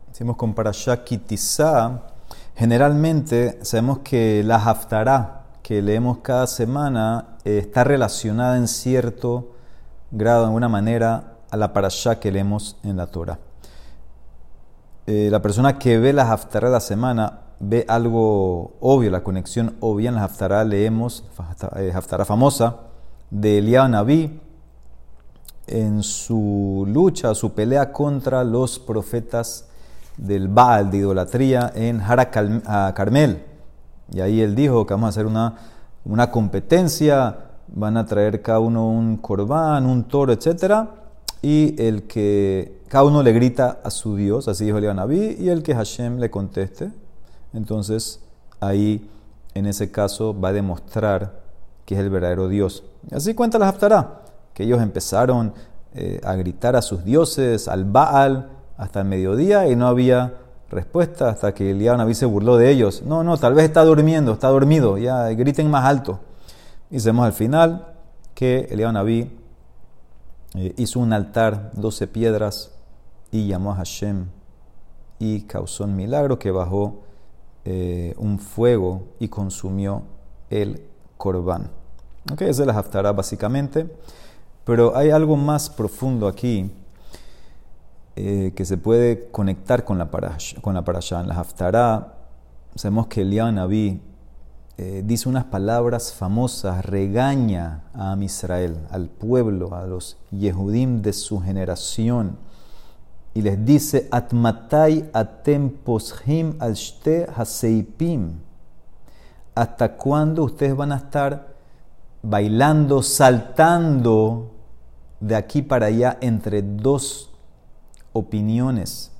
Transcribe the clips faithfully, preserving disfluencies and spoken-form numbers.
Hicimos con Parashá Ki Tisa. Generalmente sabemos que la Haftará que leemos cada semana eh, está relacionada en cierto grado, de alguna manera, a la Parashá que leemos en la Torah. Eh, la persona que ve la Haftará de la semana ve algo obvio, la conexión obvia. En la Haftará leemos, eh, Haftará famosa, de Eliyahu Naví, en su lucha, su pelea contra los profetas del Baal, de idolatría, en Hara Carmel. Y ahí él dijo que vamos a hacer una, una competencia, van a traer cada uno un corbán, un toro, etcétera, y el que cada uno le grita a su Dios, así dijo Eliyahu Naví, y el que Hashem le conteste. Entonces ahí, en ese caso, va a demostrar que es el verdadero Dios. Y así cuenta la Haftará, que ellos empezaron eh, a gritar a sus dioses, al Baal, hasta el mediodía, y no había respuesta hasta que Eliyahu Naví se burló de ellos. No, no, tal vez está durmiendo, está dormido, ya griten más alto. Y vemos al final que Eliyahu Naví eh, hizo un altar, doce piedras, y llamó a Hashem, y causó un milagro que bajó eh, un fuego y consumió el corbán. Ok, esa es la Haftará básicamente, pero hay algo más profundo aquí eh, que se puede conectar con la parashá. Con la parashá. En la Haftará sabemos que Eliyahu Naví eh, dice unas palabras famosas, regaña a Am Israel, al pueblo, a los Yehudim de su generación, y les dice: Atmatai atem poshim al shte haseipim. ¿Hasta cuándo ustedes van a estar bailando, saltando de aquí para allá entre dos opiniones?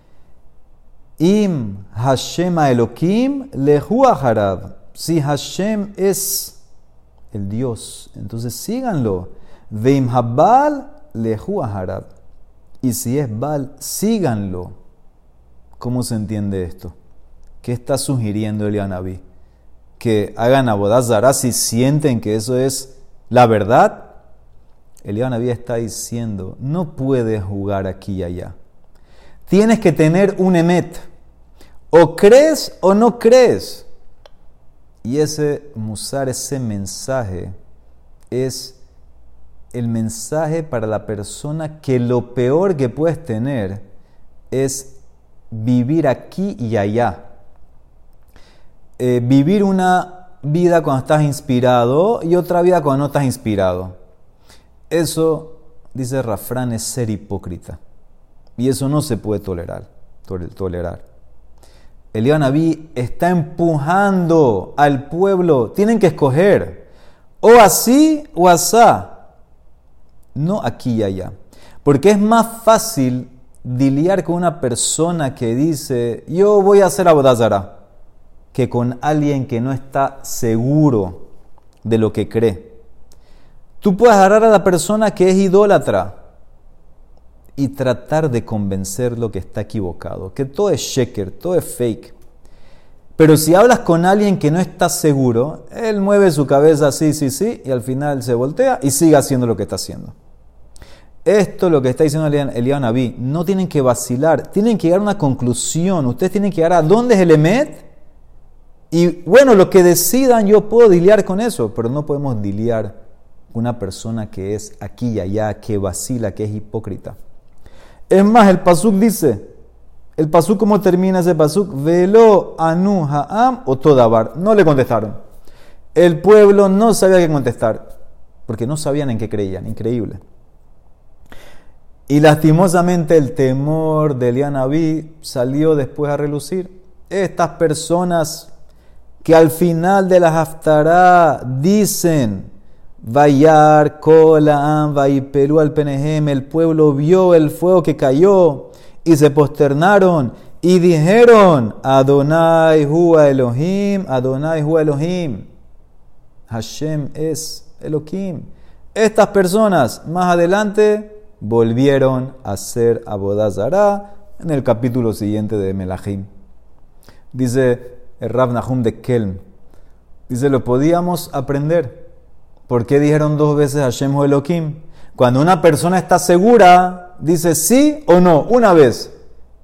Im Hashem Elokim lehu aharav. Si Hashem es el Dios, entonces síganlo. Veim habal lehu aharav. Y si es Baal, síganlo. ¿Cómo se entiende esto? ¿Qué está sugiriendo Eliyahu Naví? Que hagan Avodah Zará si sienten que eso es la verdad. Eliyahu Naví está diciendo: no puedes jugar aquí y allá. Tienes que tener un emet. O crees o no crees. Y ese musar, ese mensaje, es el mensaje para la persona que lo peor que puedes tener es vivir aquí y allá. Eh, vivir una vida cuando estás inspirado y otra vida cuando no estás inspirado. Eso, dice Rafran, es ser hipócrita. Y eso no se puede tolerar. tolerar. Eliyahu Naví está empujando al pueblo. Tienen que escoger. O así o asá. No aquí y allá. Porque es más fácil lidiar con una persona que dice: yo voy a hacer Avodah Zará, que con alguien que no está seguro de lo que cree. Tú puedes agarrar a la persona que es idólatra y tratar de convencerlo que está equivocado, que todo es sheker, todo es fake. Pero si hablas con alguien que no está seguro, él mueve su cabeza sí, sí, sí, y al final se voltea y sigue haciendo lo que está haciendo. Esto es lo que está diciendo Eliyahu Naví. No tienen que vacilar, tienen que llegar a una conclusión. Ustedes tienen que llegar a dónde es el emet. Y bueno, lo que decidan, yo puedo lidiar con eso, pero no podemos lidiar con una persona que es aquí y allá, que vacila, que es hipócrita. Es más, el pasuk dice, el pasuk, ¿cómo termina ese pasuk? Velo anu ha'am o todabar. No le contestaron. El pueblo no sabía qué contestar, porque no sabían en qué creían. Increíble. Y lastimosamente el temor de Eliyahu Naví salió después a relucir. Estas personas que al final de la Haftará dicen: Vayar, Kolaam, Vaiperu al Penehem, el pueblo vio el fuego que cayó y se posternaron y dijeron: Adonai Hu Elohim, Adonai Hu Elohim. Hashem es Elohim. Estas personas más adelante volvieron a hacer Avodah Zará en el capítulo siguiente de Melahim. Dice el Rav Nahum de Kelm, dice: lo podíamos aprender. ¿Por qué dijeron dos veces Hashem o Elohim? Cuando una persona está segura, dice sí o no, una vez.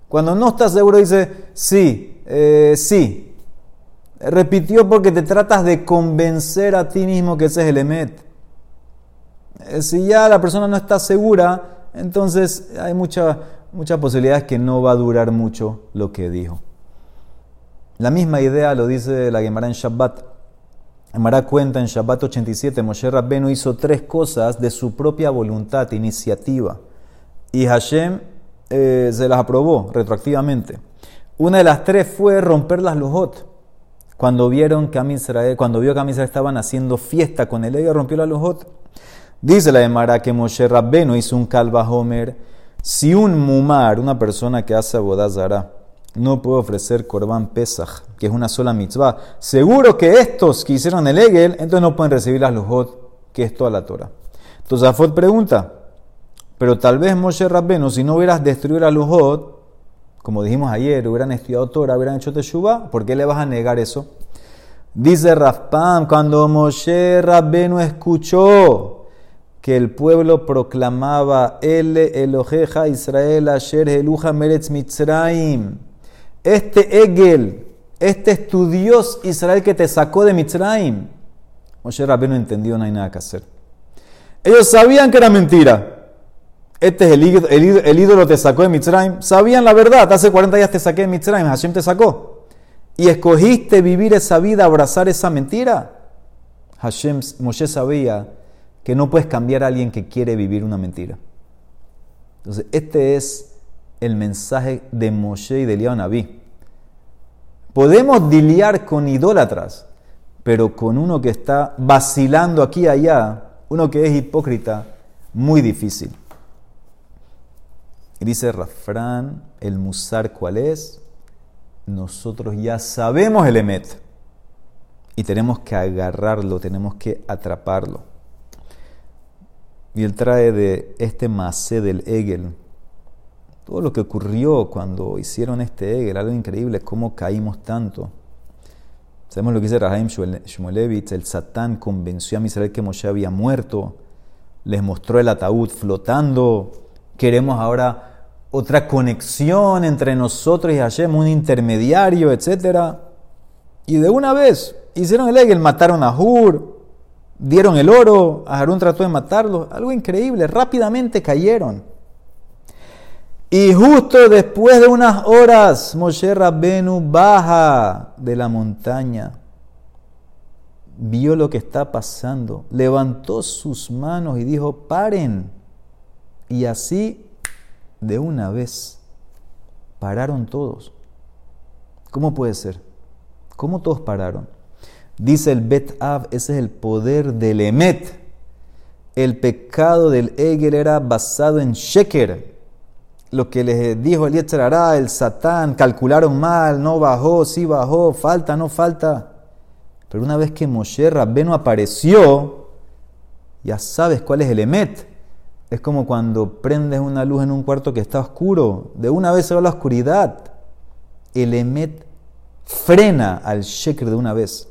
Cuando no está seguro dice, sí, eh, sí. Repitió porque te tratas de convencer a ti mismo que ese es el emet. Eh, si ya la persona no está segura, entonces hay mucha, muchas posibilidades que no va a durar mucho lo que dijo. La misma idea lo dice la Gemara en Shabbat. Gemara cuenta en Shabbat ochenta y siete, Moshe Rabbenu hizo tres cosas de su propia voluntad, iniciativa. Y Hashem eh, se las aprobó retroactivamente. Una de las tres fue romper las lujot. Cuando vieron que Am Israel, cuando vio que Am Israel estaban haciendo fiesta con el ego, rompió la lujot. Dice la Gemara que Moshe Rabbenu hizo un kalva homer. Si un mumar, una persona que hace abodá zará, no puede ofrecer Korban Pesach, que es una sola mitzvah, seguro que estos que hicieron el Egel, entonces no pueden recibir las lujot, que es toda la Torah. Entonces Afot pregunta, pero tal vez Moshe Rabbenu, si no hubieras destruido la lujot, como dijimos ayer, hubieran estudiado Torah, hubieran hecho Teshuvah, ¿por qué le vas a negar eso? Dice Rafpam, cuando Moshe Rabbenu escuchó que el pueblo proclamaba Ele Eloheja Israel Asher Eluja Meretz Mitzrayim, este Egel, este es tu Dios Israel que te sacó de Mitzrayim. Moshe Rabbenu entendió, no hay nada que hacer. Ellos sabían que era mentira. Este es el ídolo, el ídolo, el ídolo te sacó de Mitzrayim. Sabían la verdad, hace cuarenta días te saqué de Mitzrayim, Hashem te sacó. Y escogiste vivir esa vida, abrazar esa mentira. Hashem, Moshe sabía que no puedes cambiar a alguien que quiere vivir una mentira. Entonces, este es el mensaje de Moshe y de Eliyahu Nabí. Podemos diliar con idólatras, pero con uno que está vacilando aquí y allá, uno que es hipócrita, muy difícil. Y dice Rafran, el musar, ¿cuál es? Nosotros ya sabemos el emet y tenemos que agarrarlo, tenemos que atraparlo. Y él trae de este masé del Egel, todo lo que ocurrió cuando hicieron este Egel, algo increíble, cómo caímos tanto. Sabemos lo que dice Rahaim Shmulevitz, el Satán convenció a Israel que Moshe había muerto, les mostró el ataúd flotando, queremos ahora otra conexión entre nosotros y Hashem, un intermediario, etcétera. Y de una vez hicieron el Egel, mataron a Hur, dieron el oro, Aharón trató de matarlos, algo increíble, rápidamente cayeron. Y justo después de unas horas, Moshe Rabbenu baja de la montaña, vio lo que está pasando, levantó sus manos y dijo, paren. Y así, de una vez, pararon todos. ¿Cómo puede ser? ¿Cómo todos pararon? Dice el Bet Av, ese es el poder del Emet. El pecado del Egel era basado en Sheker. Lo que les dijo el Yetzer Hará, el Satán, calcularon mal, no bajó, sí bajó, falta, no falta. Pero una vez que Moshe Rabbenu apareció, ya sabes cuál es el Emet. Es como cuando prendes una luz en un cuarto que está oscuro, de una vez se va la oscuridad. El Emet frena al Sheker de una vez.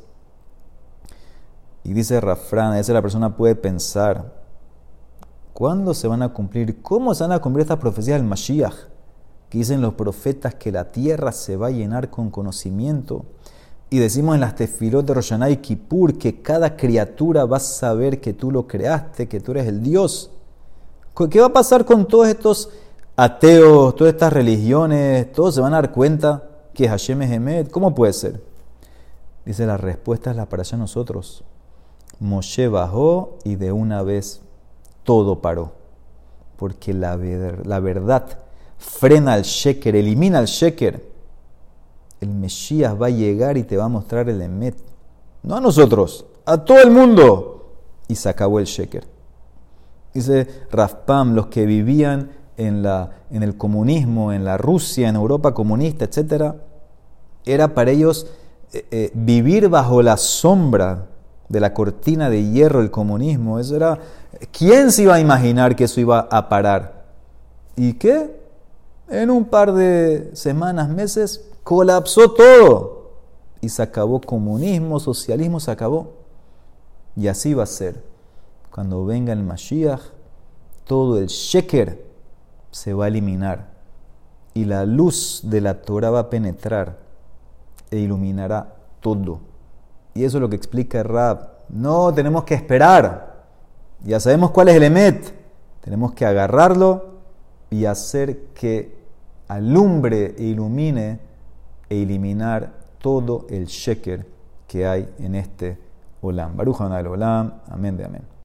Y dice Rafran, a veces la persona puede pensar, ¿cuándo se van a cumplir? ¿Cómo se van a cumplir estas profecías del Mashiach? Que dicen los profetas que la tierra se va a llenar con conocimiento. Y decimos en las tefilot de Rosh Hashanah y Kippur que cada criatura va a saber que tú lo creaste, que tú eres el Dios. ¿Qué va a pasar con todos estos ateos, todas estas religiones? Todos se van a dar cuenta que Hashem es Emet. ¿Cómo puede ser? Dice, la respuesta es la para allá nosotros. Moshe bajó y de una vez todo paró. Porque la, ver, la verdad frena al sheker, elimina al sheker. El Mesías va a llegar y te va a mostrar el Emet. No a nosotros, a todo el mundo. Y se acabó el sheker. Dice Rafpam, los que vivían en, la, en el comunismo, en la Rusia, en Europa comunista, etcétera, era para ellos eh, eh, vivir bajo la sombra de la cortina de hierro del comunismo. Eso era, ¿quién se iba a imaginar que eso iba a parar? ¿Y qué? En un par de semanas, meses, colapsó todo. Y se acabó comunismo, socialismo, se acabó. Y así va a ser. Cuando venga el Mashiach, todo el sheker se va a eliminar. y la luz de la Torah va a penetrar e iluminará todo. Y eso es lo que explica Rab. No tenemos que esperar. Ya sabemos cuál es el emet. Tenemos que agarrarlo y hacer que alumbre e ilumine e eliminar todo el sheker que hay en este olam. Baruch Adonai el olam. Amén de amén.